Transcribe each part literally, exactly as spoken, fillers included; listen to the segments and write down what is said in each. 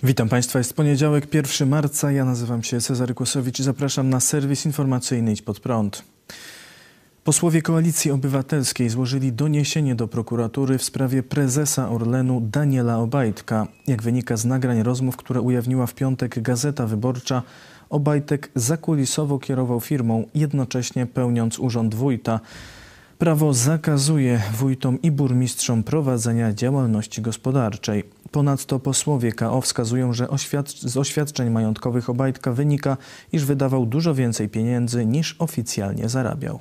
Witam Państwa, jest poniedziałek, pierwszego marca. Ja nazywam się Cezary Kłosowicz i zapraszam na serwis informacyjny Idź Pod Prąd. Posłowie Koalicji Obywatelskiej złożyli doniesienie do prokuratury w sprawie prezesa Orlenu Daniela Obajtka. Jak wynika z nagrań rozmów, które ujawniła w piątek Gazeta Wyborcza, Obajtek zakulisowo kierował firmą, jednocześnie pełniąc urząd wójta. Prawo zakazuje wójtom i burmistrzom prowadzenia działalności gospodarczej. Ponadto posłowie K O wskazują, że oświadc- z oświadczeń majątkowych Obajtka wynika, iż wydawał dużo więcej pieniędzy niż oficjalnie zarabiał.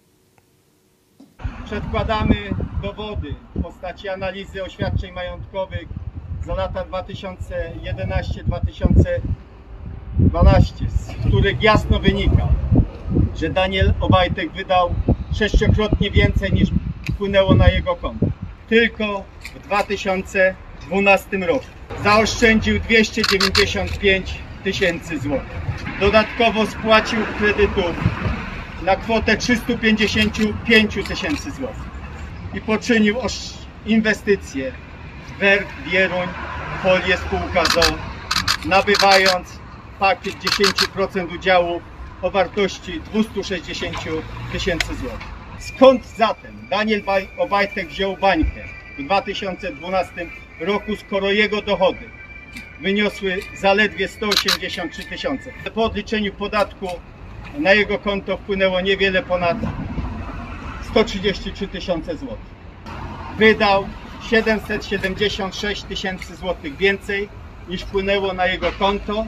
Przedkładamy dowody w postaci analizy oświadczeń majątkowych za lata dwa tysiące jedenasty do dwa tysiące dwunastego, z których jasno wynika, że Daniel Obajtek wydał sześciokrotnie więcej niż wpłynęło na jego konto. Tylko w dwa tysiące dwunastym roku zaoszczędził dwieście dziewięćdziesiąt pięć tysięcy złotych. Dodatkowo spłacił kredytów na kwotę trzysta pięćdziesiąt pięć tysięcy złotych i poczynił inwestycje w Werk, Wieruń, Folię spółka z o o, nabywając pakiet dziesięć procent udziału o wartości dwieście sześćdziesiąt tysięcy złotych. Skąd zatem Daniel Obajtek wziął bańkę w dwa tysiące dwunastym roku, skoro jego dochody wyniosły zaledwie sto osiemdziesiąt trzy tysiące? Po odliczeniu podatku na jego konto wpłynęło niewiele ponad sto trzydzieści trzy tysiące złotych. Wydał siedemset siedemdziesiąt sześć tysięcy złotych więcej niż wpłynęło na jego konto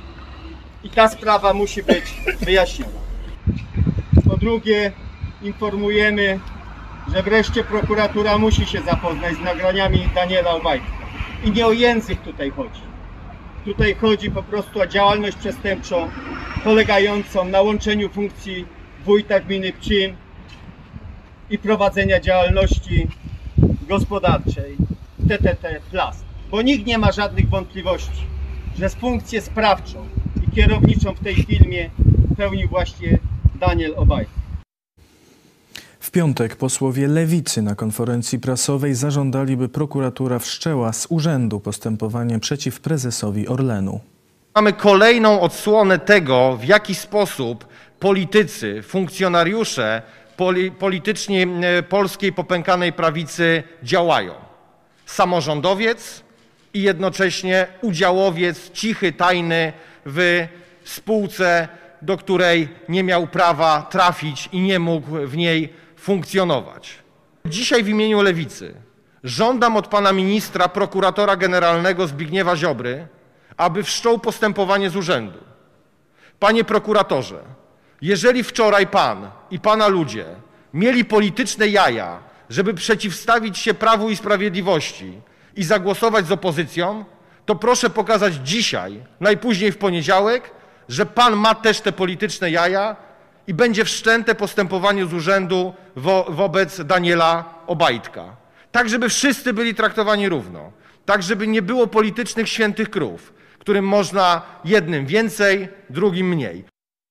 i ta sprawa musi być wyjaśniona. Po drugie, informujemy, że wreszcie prokuratura musi się zapoznać z nagraniami Daniela Obajtka. I nie o język tutaj chodzi. Tutaj chodzi po prostu o działalność przestępczą polegającą na łączeniu funkcji wójta gminy Pcim i prowadzenia działalności gospodarczej T T T Plast. Bo nikt nie ma żadnych wątpliwości, że funkcję sprawczą i kierowniczą w tej firmie pełnił właśnie Daniel Obajtek. W piątek posłowie Lewicy na konferencji prasowej zażądali, by prokuratura wszczęła z urzędu postępowanie przeciw prezesowi Orlenu. Mamy kolejną odsłonę tego, w jaki sposób politycy, funkcjonariusze poli, politycznie polskiej popękanej prawicy działają. Samorządowiec i jednocześnie udziałowiec cichy, tajny w spółce, do której nie miał prawa trafić i nie mógł w niej funkcjonować. Dzisiaj w imieniu Lewicy żądam od pana ministra, prokuratora generalnego Zbigniewa Ziobry, aby wszczął postępowanie z urzędu. Panie prokuratorze, jeżeli wczoraj pan i pana ludzie mieli polityczne jaja, żeby przeciwstawić się Prawu i Sprawiedliwości i zagłosować z opozycją, to proszę pokazać dzisiaj, najpóźniej w poniedziałek, że pan ma też te polityczne jaja i będzie wszczęte postępowanie z urzędu wo wobec Daniela Obajtka. Tak, żeby wszyscy byli traktowani równo. Tak, żeby nie było politycznych świętych krów, którym można jednym więcej, drugim mniej.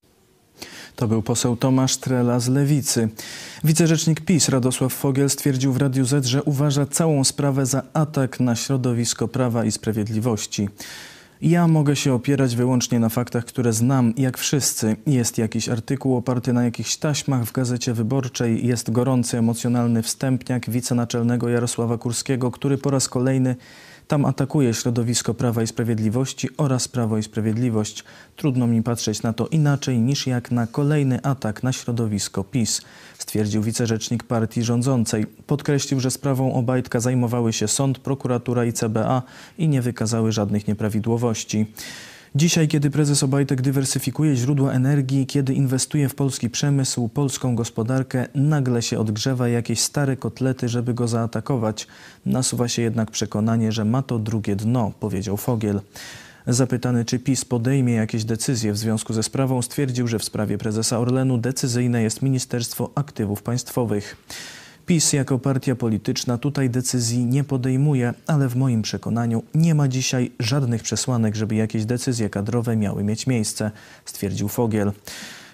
To był poseł Tomasz Trela z Lewicy. Wicerzecznik PiS Radosław Fogiel stwierdził w Radiu Z, że uważa całą sprawę za atak na środowisko Prawa i Sprawiedliwości. Ja mogę się opierać wyłącznie na faktach, które znam, jak wszyscy. Jest jakiś artykuł oparty na jakichś taśmach w Gazecie Wyborczej, jest gorący, emocjonalny wstępniak wicenaczelnego Jarosława Kurskiego, który po raz kolejny tam atakuje środowisko Prawa i Sprawiedliwości oraz Prawo i Sprawiedliwość. Trudno mi patrzeć na to inaczej niż jak na kolejny atak na środowisko PiS, stwierdził wicerzecznik partii rządzącej. Podkreślił, że sprawą Obajtka zajmowały się sąd, prokuratura i C B A i nie wykazały żadnych nieprawidłowości. Dzisiaj, kiedy prezes Obajtek dywersyfikuje źródła energii, kiedy inwestuje w polski przemysł, polską gospodarkę, nagle się odgrzewa jakieś stare kotlety, żeby go zaatakować. Nasuwa się jednak przekonanie, że ma to drugie dno, powiedział Fogiel. Zapytany, czy PiS podejmie jakieś decyzje w związku ze sprawą, stwierdził, że w sprawie prezesa Orlenu decyzyjne jest Ministerstwo Aktywów Państwowych. PiS jako partia polityczna tutaj decyzji nie podejmuje, ale w moim przekonaniu nie ma dzisiaj żadnych przesłanek, żeby jakieś decyzje kadrowe miały mieć miejsce, stwierdził Fogiel.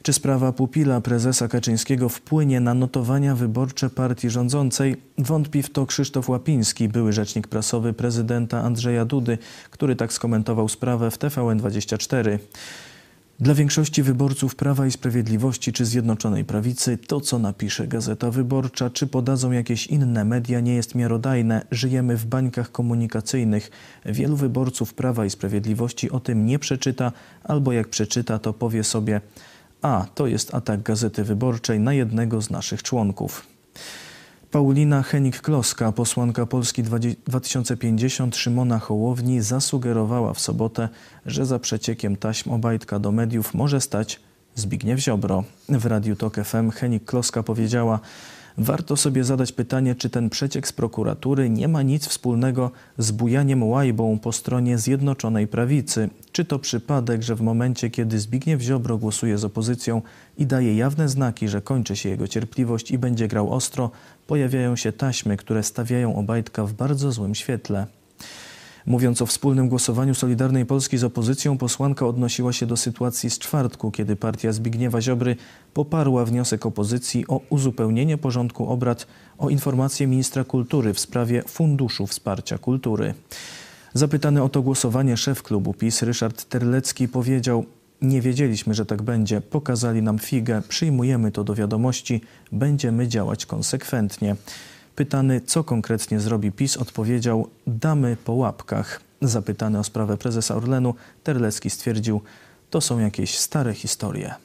Czy sprawa pupila prezesa Kaczyńskiego wpłynie na notowania wyborcze partii rządzącej? Wątpi w to Krzysztof Łapiński, były rzecznik prasowy prezydenta Andrzeja Dudy, który tak skomentował sprawę w T V N dwadzieścia cztery. Dla większości wyborców Prawa i Sprawiedliwości czy Zjednoczonej Prawicy to, co napisze Gazeta Wyborcza, czy podadzą jakieś inne media, nie jest miarodajne. Żyjemy w bańkach komunikacyjnych. Wielu wyborców Prawa i Sprawiedliwości o tym nie przeczyta, albo jak przeczyta, to powie sobie: a, to jest atak Gazety Wyborczej na jednego z naszych członków. Paulina Hennig-Kloska, posłanka Polski dwa tysiące pięćdziesiąt Szymona Hołowni, zasugerowała w sobotę, że za przeciekiem taśm Obajtka do mediów może stać Zbigniew Ziobro. W Radiu Tok F M Hennig-Kloska powiedziała: warto sobie zadać pytanie, czy ten przeciek z prokuratury nie ma nic wspólnego z bujaniem łajbą po stronie Zjednoczonej Prawicy. Czy to przypadek, że w momencie, kiedy Zbigniew Ziobro głosuje z opozycją i daje jawne znaki, że kończy się jego cierpliwość i będzie grał ostro, pojawiają się taśmy, które stawiają Obajtka w bardzo złym świetle. Mówiąc o wspólnym głosowaniu Solidarnej Polski z opozycją, posłanka odnosiła się do sytuacji z czwartku, kiedy partia Zbigniewa Ziobry poparła wniosek opozycji o uzupełnienie porządku obrad o informację ministra kultury w sprawie Funduszu Wsparcia Kultury. Zapytany o to głosowanie szef klubu PiS Ryszard Terlecki powiedział: nie wiedzieliśmy, że tak będzie, pokazali nam figę, przyjmujemy to do wiadomości, będziemy działać konsekwentnie. Pytany, co konkretnie zrobi PiS, odpowiedział: damy po łapkach. Zapytany o sprawę prezesa Orlenu, Terlecki stwierdził: to są jakieś stare historie.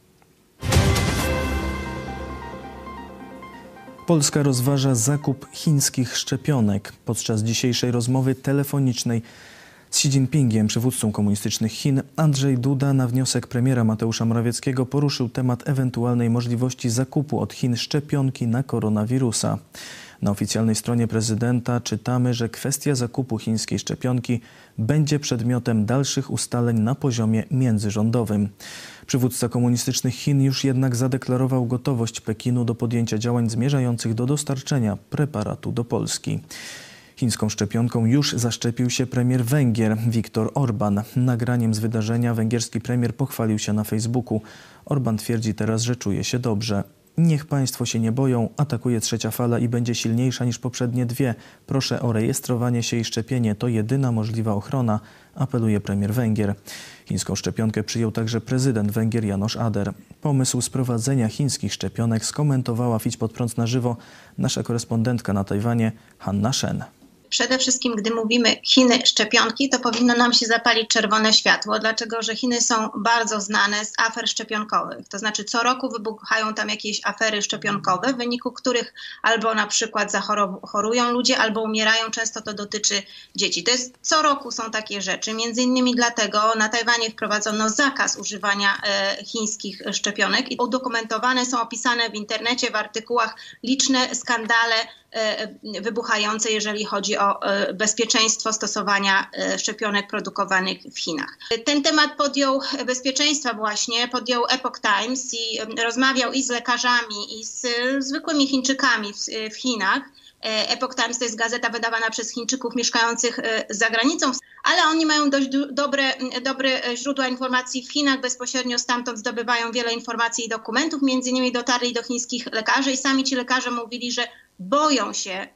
Polska rozważa zakup chińskich szczepionek. Podczas dzisiejszej rozmowy telefonicznej z Xi Jinpingiem, przywódcą komunistycznych Chin, Andrzej Duda na wniosek premiera Mateusza Morawieckiego poruszył temat ewentualnej możliwości zakupu od Chin szczepionki na koronawirusa. Na oficjalnej stronie prezydenta czytamy, że kwestia zakupu chińskiej szczepionki będzie przedmiotem dalszych ustaleń na poziomie międzyrządowym. Przywódca komunistycznych Chin już jednak zadeklarował gotowość Pekinu do podjęcia działań zmierzających do dostarczenia preparatu do Polski. Chińską szczepionką już zaszczepił się premier Węgier Viktor Orban. Nagraniem z wydarzenia węgierski premier pochwalił się na Facebooku. Orban twierdzi teraz, że czuje się dobrze. Niech państwo się nie boją, atakuje trzecia fala i będzie silniejsza niż poprzednie dwie. Proszę o rejestrowanie się i szczepienie, to jedyna możliwa ochrona, apeluje premier Węgier. Chińską szczepionkę przyjął także prezydent Węgier János Áder. Pomysł sprowadzenia chińskich szczepionek skomentowała w Idź Pod Prąd na żywo nasza korespondentka na Tajwanie Hanna Shen. Przede wszystkim, gdy mówimy Chiny szczepionki, to powinno nam się zapalić czerwone światło, dlatego że Chiny są bardzo znane z afer szczepionkowych. To znaczy co roku wybuchają tam jakieś afery szczepionkowe, w wyniku których albo na przykład zachorują ludzie, albo umierają. Często to dotyczy dzieci. To jest co roku są takie rzeczy. Między innymi dlatego na Tajwanie wprowadzono zakaz używania e, chińskich szczepionek i udokumentowane są, opisane w internecie, w artykułach liczne skandale wybuchające, jeżeli chodzi o bezpieczeństwo stosowania szczepionek produkowanych w Chinach. Ten temat podjął bezpieczeństwa właśnie, podjął Epoch Times i rozmawiał i z lekarzami, i z zwykłymi Chińczykami w, w Chinach. Epoch Times to jest gazeta wydawana przez Chińczyków mieszkających za granicą, ale oni mają dość dobre, dobre źródła informacji w Chinach, bezpośrednio stamtąd zdobywają wiele informacji i dokumentów, między innymi dotarli do chińskich lekarzy i sami ci lekarze mówili, że boją się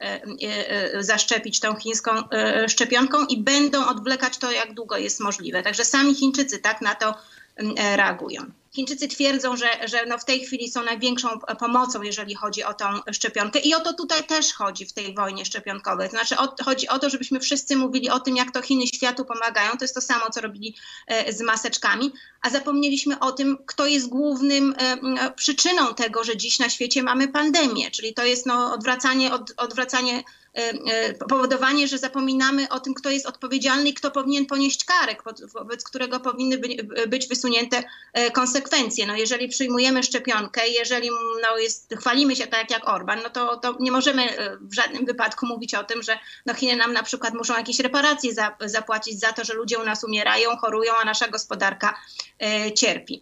zaszczepić tą chińską szczepionką i będą odwlekać to, jak długo jest możliwe. Także sami Chińczycy tak na to reagują. Chińczycy twierdzą, że, że no w tej chwili są największą pomocą, jeżeli chodzi o tą szczepionkę. I o to tutaj też chodzi w tej wojnie szczepionkowej. Znaczy o, chodzi o to, żebyśmy wszyscy mówili o tym, jak to Chiny światu pomagają. To jest to samo, co robili z maseczkami. A zapomnieliśmy o tym, kto jest głównym przyczyną tego, że dziś na świecie mamy pandemię. Czyli to jest no odwracanie, od, odwracanie powodowanie, że zapominamy o tym, kto jest odpowiedzialny i kto powinien ponieść karę, wobec którego powinny być wysunięte konsekwencje. No jeżeli przyjmujemy szczepionkę, jeżeli no jest, chwalimy się tak jak Orban, no to, to nie możemy w żadnym wypadku mówić o tym, że no Chiny nam na przykład muszą jakieś reparacje za, zapłacić za to, że ludzie u nas umierają, chorują, a nasza gospodarka e, cierpi.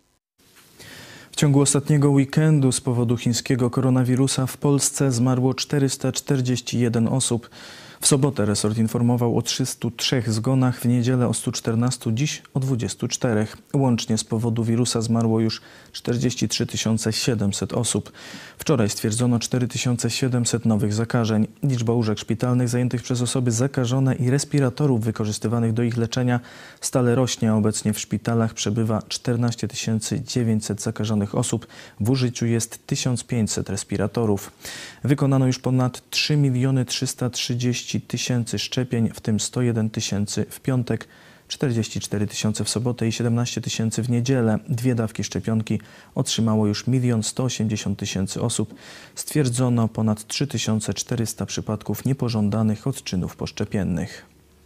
W ciągu ostatniego weekendu z powodu chińskiego koronawirusa w Polsce zmarło czterysta czterdzieści jeden osób. W sobotę resort informował o trzystu trzech zgonach, w niedzielę o stu czternastu, dziś o dwudziestu czterech. Łącznie z powodu wirusa zmarło już czterdzieści trzy tysiące siedemset osób. Wczoraj stwierdzono cztery tysiące siedemset nowych zakażeń. Liczba łóżek szpitalnych zajętych przez osoby zakażone i respiratorów wykorzystywanych do ich leczenia stale rośnie. Obecnie w szpitalach przebywa czternaście tysięcy dziewięćset zakażonych osób. W użyciu jest tysiąc pięćset respiratorów. Wykonano już ponad trzy miliony trzysta trzydzieści tysięcy szczepień, w tym sto jeden tysięcy w piątek, czterdzieści cztery tysiące w sobotę i siedemnaście tysięcy w niedzielę. Dwie dawki szczepionki otrzymało już milion sto osiemdziesiąt tysięcy osób. Stwierdzono ponad trzy tysiące czterysta przypadków niepożądanych odczynów poszczepiennych.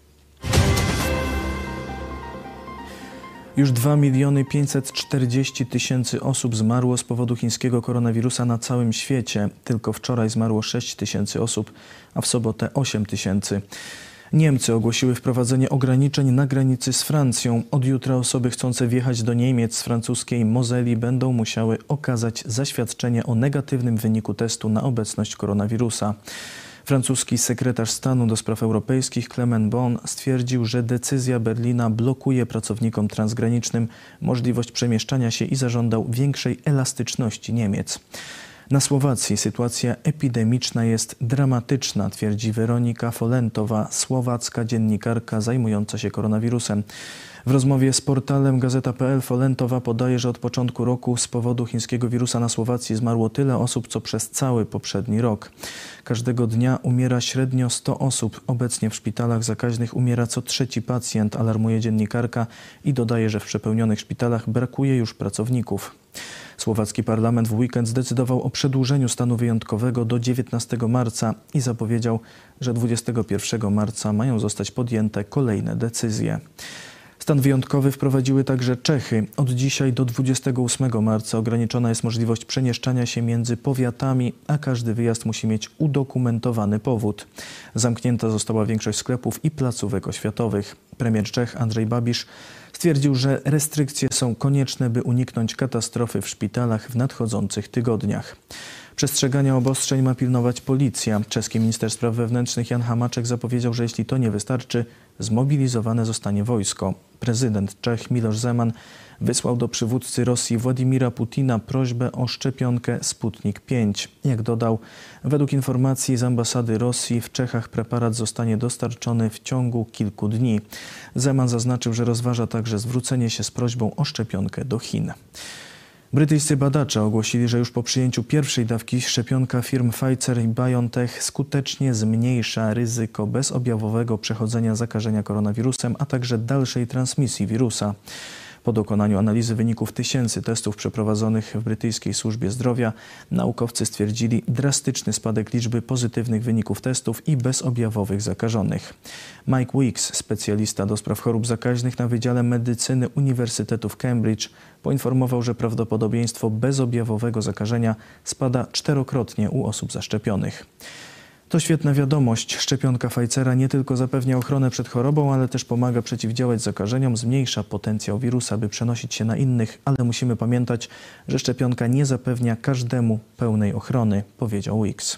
Już dwa miliony pięćset czterdzieści tysięcy osób zmarło z powodu chińskiego koronawirusa na całym świecie. Tylko wczoraj zmarło sześć tysięcy osób, a w sobotę osiem tysięcy. Niemcy ogłosiły wprowadzenie ograniczeń na granicy z Francją. Od jutra osoby chcące wjechać do Niemiec z francuskiej Mozeli będą musiały okazać zaświadczenie o negatywnym wyniku testu na obecność koronawirusa. Francuski sekretarz stanu do spraw europejskich Clement Bon stwierdził, że decyzja Berlina blokuje pracownikom transgranicznym możliwość przemieszczania się i zażądał większej elastyczności Niemiec. Na Słowacji sytuacja epidemiczna jest dramatyczna, twierdzi Weronika Folentowa, słowacka dziennikarka zajmująca się koronawirusem. W rozmowie z portalem Gazeta kropka pe el Folentowa podaje, że od początku roku z powodu chińskiego wirusa na Słowacji zmarło tyle osób, co przez cały poprzedni rok. Każdego dnia umiera średnio sto osób. Obecnie w szpitalach zakaźnych umiera co trzeci pacjent, alarmuje dziennikarka i dodaje, że w przepełnionych szpitalach brakuje już pracowników. Słowacki parlament w weekend zdecydował o przedłużeniu stanu wyjątkowego do dziewiętnastego marca i zapowiedział, że dwudziestego pierwszego marca mają zostać podjęte kolejne decyzje. Stan wyjątkowy wprowadziły także Czechy. Od dzisiaj do dwudziestego ósmego marca ograniczona jest możliwość przemieszczania się między powiatami, a każdy wyjazd musi mieć udokumentowany powód. Zamknięta została większość sklepów i placówek oświatowych. Premier Czech Andrzej Babiš stwierdził, że restrykcje są konieczne, by uniknąć katastrofy w szpitalach w nadchodzących tygodniach. Przestrzegania obostrzeń ma pilnować policja. Czeski minister spraw wewnętrznych Jan Hamáček zapowiedział, że jeśli to nie wystarczy, zmobilizowane zostanie wojsko. Prezydent Czech Miloš Zeman wysłał do przywódcy Rosji Władimira Putina prośbę o szczepionkę Sputnik pięć. Jak dodał, według informacji z ambasady Rosji w Czechach preparat zostanie dostarczony w ciągu kilku dni. Zeman zaznaczył, że rozważa także zwrócenie się z prośbą o szczepionkę do Chin. Brytyjscy badacze ogłosili, że już po przyjęciu pierwszej dawki szczepionka firm Pfizer i BioNTech skutecznie zmniejsza ryzyko bezobjawowego przechodzenia zakażenia koronawirusem, a także dalszej transmisji wirusa. Po dokonaniu analizy wyników tysięcy testów przeprowadzonych w brytyjskiej służbie zdrowia, naukowcy stwierdzili drastyczny spadek liczby pozytywnych wyników testów i bezobjawowych zakażonych. Mike Weeks, specjalista do spraw chorób zakaźnych na Wydziale Medycyny Uniwersytetu w Cambridge, poinformował, że prawdopodobieństwo bezobjawowego zakażenia spada czterokrotnie u osób zaszczepionych. To świetna wiadomość. Szczepionka Pfizera nie tylko zapewnia ochronę przed chorobą, ale też pomaga przeciwdziałać zakażeniom, zmniejsza potencjał wirusa, by przenosić się na innych, ale musimy pamiętać, że szczepionka nie zapewnia każdemu pełnej ochrony, powiedział Weeks.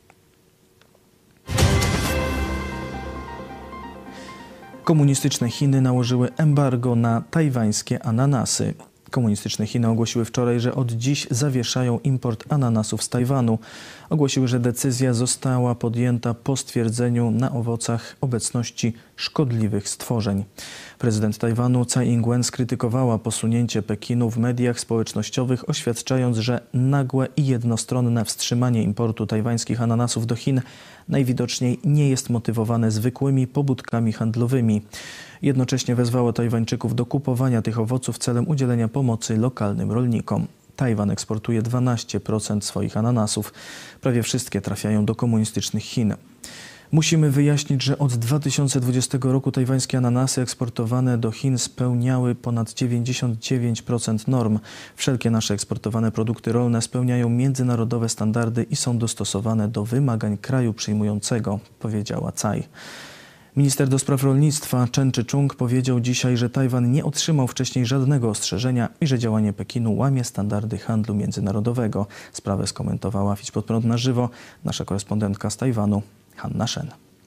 Komunistyczne Chiny nałożyły embargo na tajwańskie ananasy. Komunistyczne Chiny ogłosiły wczoraj, że od dziś zawieszają import ananasów z Tajwanu. Ogłosiły, że decyzja została podjęta po stwierdzeniu na owocach obecności szkodliwych stworzeń. Prezydent Tajwanu Tsai Ing-wen skrytykowała posunięcie Pekinu w mediach społecznościowych, oświadczając, że nagłe i jednostronne wstrzymanie importu tajwańskich ananasów do Chin najwidoczniej nie jest motywowane zwykłymi pobudkami handlowymi. Jednocześnie wezwała Tajwańczyków do kupowania tych owoców celem udzielenia pomocy lokalnym rolnikom. Tajwan eksportuje dwanaście procent swoich ananasów. Prawie wszystkie trafiają do komunistycznych Chin. Musimy wyjaśnić, że od dwa tysiące dwudziestego roku tajwańskie ananasy eksportowane do Chin spełniały ponad dziewięćdziesiąt dziewięć procent norm. Wszelkie nasze eksportowane produkty rolne spełniają międzynarodowe standardy i są dostosowane do wymagań kraju przyjmującego, powiedziała Tsai. Minister do spraw rolnictwa Chen Shih-chung powiedział dzisiaj, że Tajwan nie otrzymał wcześniej żadnego ostrzeżenia i że działanie Pekinu łamie standardy handlu międzynarodowego. Sprawę skomentowała w Idź Pod Prąd na żywo nasza korespondentka z Tajwanu, Hanna Shen.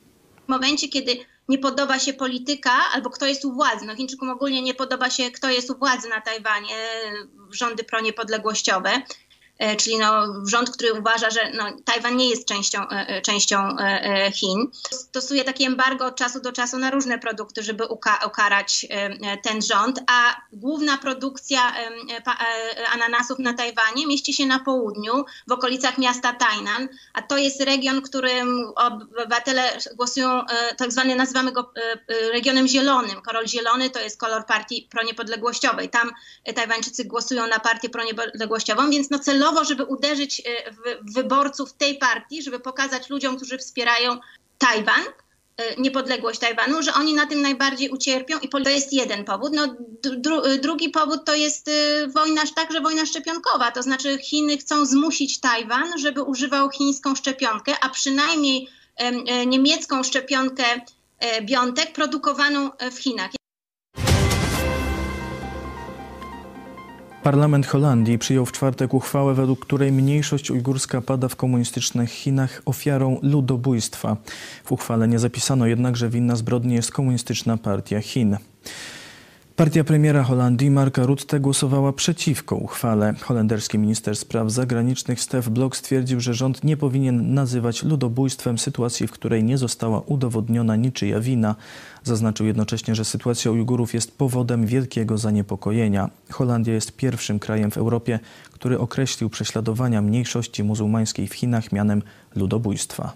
W momencie, kiedy nie podoba się polityka albo kto jest u władzy, no Chińczykom ogólnie nie podoba się, kto jest u władzy na Tajwanie, rządy proniepodległościowe, czyli no rząd, który uważa, że no, Tajwan nie jest częścią, częścią Chin. Stosuje takie embargo od czasu do czasu na różne produkty, żeby uka- ukarać ten rząd, a główna produkcja ananasów na Tajwanie mieści się na południu, w okolicach miasta Tainan, a to jest region, którym obywatele głosują, tak zwany, nazywamy go regionem zielonym. Kolor zielony to jest kolor partii proniepodległościowej. Tam Tajwańczycy głosują na partię proniepodległościową, więc no celowo, żeby uderzyć w wyborców tej partii, żeby pokazać ludziom, którzy wspierają Tajwan, niepodległość Tajwanu, że oni na tym najbardziej ucierpią i to jest jeden powód. No, dru, drugi powód to jest wojna, także wojna szczepionkowa, to znaczy Chiny chcą zmusić Tajwan, żeby używał chińską szczepionkę, a przynajmniej e, niemiecką szczepionkę e, BioNTech produkowaną w Chinach. Parlament Holandii przyjął w czwartek uchwałę, według której mniejszość ujgurska pada w komunistycznych Chinach ofiarą ludobójstwa. W uchwale nie zapisano jednak, że winna zbrodni jest Komunistyczna Partia Chin. Partia premiera Holandii Marka Rutte głosowała przeciwko uchwale. Holenderski minister spraw zagranicznych Stef Blok stwierdził, że rząd nie powinien nazywać ludobójstwem sytuacji, w której nie została udowodniona niczyja wina. Zaznaczył jednocześnie, że sytuacja Ujgurów jest powodem wielkiego zaniepokojenia. Holandia jest pierwszym krajem w Europie, który określił prześladowania mniejszości muzułmańskiej w Chinach mianem ludobójstwa.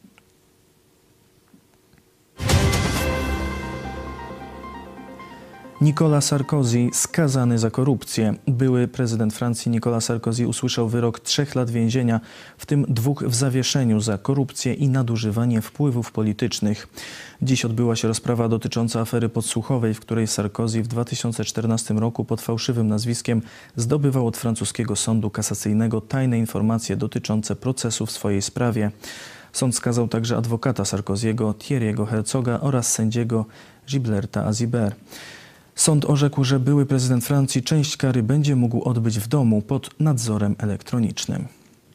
Nicolas Sarkozy skazany za korupcję. Były prezydent Francji Nicolas Sarkozy usłyszał wyrok trzech lat więzienia, w tym dwóch w zawieszeniu za korupcję i nadużywanie wpływów politycznych. Dziś odbyła się rozprawa dotycząca afery podsłuchowej, w której Sarkozy w dwa tysiące czternastym roku pod fałszywym nazwiskiem zdobywał od francuskiego sądu kasacyjnego tajne informacje dotyczące procesu w swojej sprawie. Sąd skazał także adwokata Sarkozy'ego Thierry'ego Herzoga oraz sędziego Gilberta Azibert. Sąd orzekł, że były prezydent Francji część kary będzie mógł odbyć w domu pod nadzorem elektronicznym.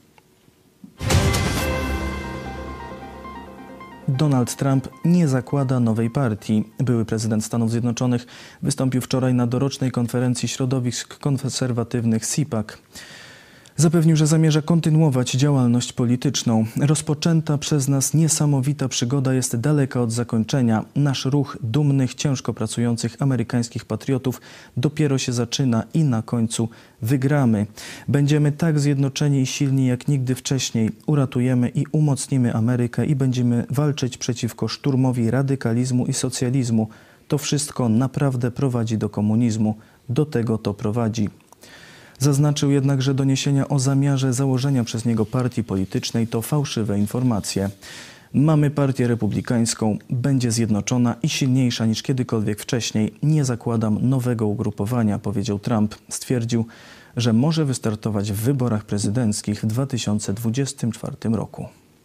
Donald Trump nie zakłada nowej partii. Były prezydent Stanów Zjednoczonych wystąpił wczoraj na dorocznej konferencji środowisk konserwatywnych C PAC. Zapewnił, że zamierza kontynuować działalność polityczną. Rozpoczęta przez nas niesamowita przygoda jest daleka od zakończenia. Nasz ruch dumnych, ciężko pracujących amerykańskich patriotów dopiero się zaczyna i na końcu wygramy. Będziemy tak zjednoczeni i silni jak nigdy wcześniej. Uratujemy i umocnimy Amerykę i będziemy walczyć przeciwko szturmowi radykalizmu i socjalizmu. To wszystko naprawdę prowadzi do komunizmu. Do tego to prowadzi. Zaznaczył jednak, że doniesienia o zamiarze założenia przez niego partii politycznej to fałszywe informacje. Mamy partię republikańską, będzie zjednoczona i silniejsza niż kiedykolwiek wcześniej. Nie zakładam nowego ugrupowania, powiedział Trump. Stwierdził, że może wystartować w wyborach prezydenckich w dwa tysiące dwudziestym czwartym roku.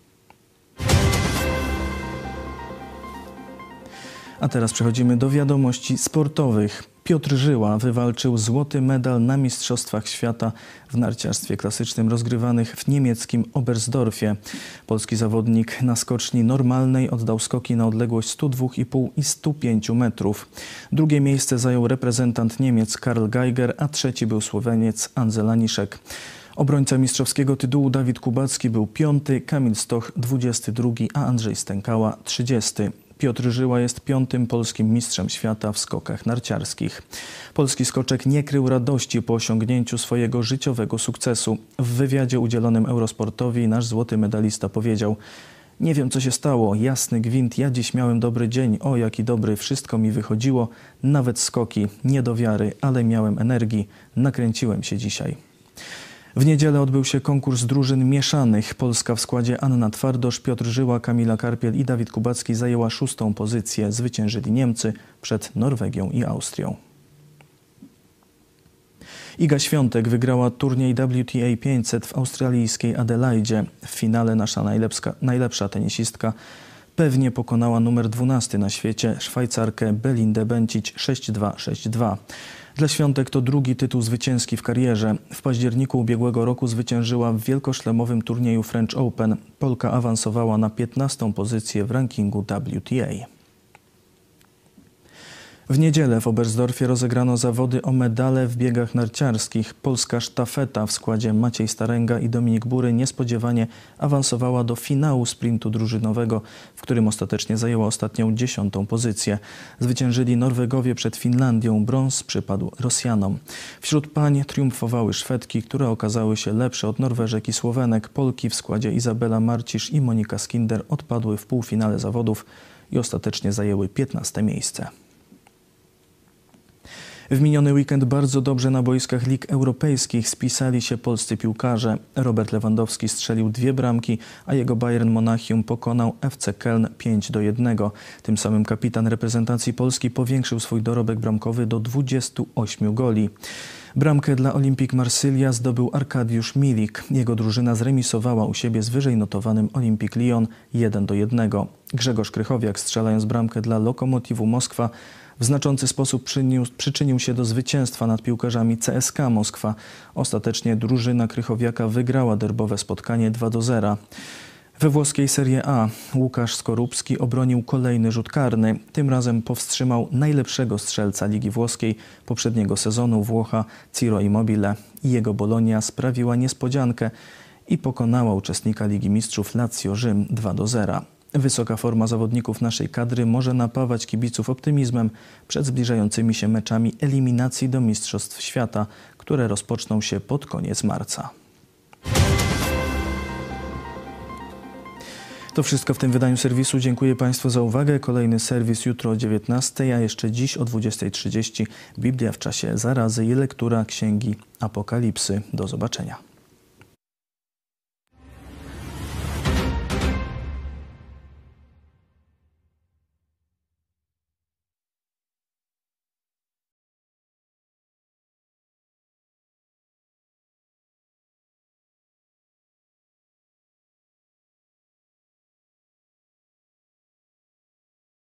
A teraz przechodzimy do wiadomości sportowych. Piotr Żyła wywalczył złoty medal na Mistrzostwach Świata w narciarstwie klasycznym rozgrywanych w niemieckim Oberstdorfie. Polski zawodnik na skoczni normalnej oddał skoki na odległość sto dwa i pół i sto pięć metrów. Drugie miejsce zajął reprezentant Niemiec Karl Geiger, a trzeci był Słoweniec Andrzej Laniszek. Obrońca mistrzowskiego tytułu Dawid Kubacki był piąty, Kamil Stoch dwudziesty drugi, a Andrzej Stękała trzydziesty. Piotr Żyła jest piątym polskim mistrzem świata w skokach narciarskich. Polski skoczek nie krył radości po osiągnięciu swojego życiowego sukcesu. W wywiadzie udzielonym Eurosportowi nasz złoty medalista powiedział: nie wiem, co się stało, jasny gwint, ja dziś miałem dobry dzień, o jaki dobry, wszystko mi wychodziło, nawet skoki, nie do wiary, ale miałem energii, nakręciłem się dzisiaj. W niedzielę odbył się konkurs drużyn mieszanych. Polska w składzie Anna Twardosz, Piotr Żyła, Kamila Karpiel i Dawid Kubacki zajęła szóstą pozycję. Zwyciężyli Niemcy przed Norwegią i Austrią. Iga Świątek wygrała turniej W T A pięćset w australijskiej Adelaidzie. W finale nasza najlepsza, najlepsza tenisistka pewnie pokonała numer dwunasty na świecie Szwajcarkę Belindę Bencic sześć dwa sześć dwa. Dla Świątek to drugi tytuł zwycięski w karierze. W październiku ubiegłego roku zwyciężyła w wielkoszlemowym turnieju French Open. Polka awansowała na piętnastą pozycję w rankingu W T A. W niedzielę w Oberstdorfie rozegrano zawody o medale w biegach narciarskich. Polska sztafeta w składzie Maciej Starenga i Dominik Bury niespodziewanie awansowała do finału sprintu drużynowego, w którym ostatecznie zajęła ostatnią dziesiątą pozycję. Zwyciężyli Norwegowie przed Finlandią, brąz przypadł Rosjanom. Wśród pań triumfowały Szwedki, które okazały się lepsze od Norweżek i Słowenek. Polki w składzie Izabela Marcisz i Monika Skinder odpadły w półfinale zawodów i ostatecznie zajęły piętnaste miejsce. W miniony weekend bardzo dobrze na boiskach lig europejskich spisali się polscy piłkarze. Robert Lewandowski strzelił dwie bramki, a jego Bayern Monachium pokonał F C Köln pięć do jednego. Tym samym kapitan reprezentacji Polski powiększył swój dorobek bramkowy do dwudziestu ośmiu goli. Bramkę dla Olympique Marsylia zdobył Arkadiusz Milik. Jego drużyna zremisowała u siebie z wyżej notowanym Olympique Lyon jeden do jednego. Grzegorz Krychowiak, strzelając bramkę dla Lokomotivu Moskwa, w znaczący sposób przyniósł, przyczynił się do zwycięstwa nad piłkarzami C S K Moskwa. Ostatecznie drużyna Krychowiaka wygrała derbowe spotkanie dwa do zera. We włoskiej Serie A Łukasz Skorupski obronił kolejny rzut karny. Tym razem powstrzymał najlepszego strzelca Ligi Włoskiej poprzedniego sezonu, Włocha Ciro Immobile. I jego Bologna sprawiła niespodziankę i pokonała uczestnika Ligi Mistrzów Lazio Rzym dwa do zera. Wysoka forma zawodników naszej kadry może napawać kibiców optymizmem przed zbliżającymi się meczami eliminacji do Mistrzostw Świata, które rozpoczną się pod koniec marca. To wszystko w tym wydaniu serwisu. Dziękuję Państwu za uwagę. Kolejny serwis jutro o dziewiętnastej, a jeszcze dziś o dwudziestej trzydzieści Biblia w czasie zarazy i lektura Księgi Apokalipsy. Do zobaczenia.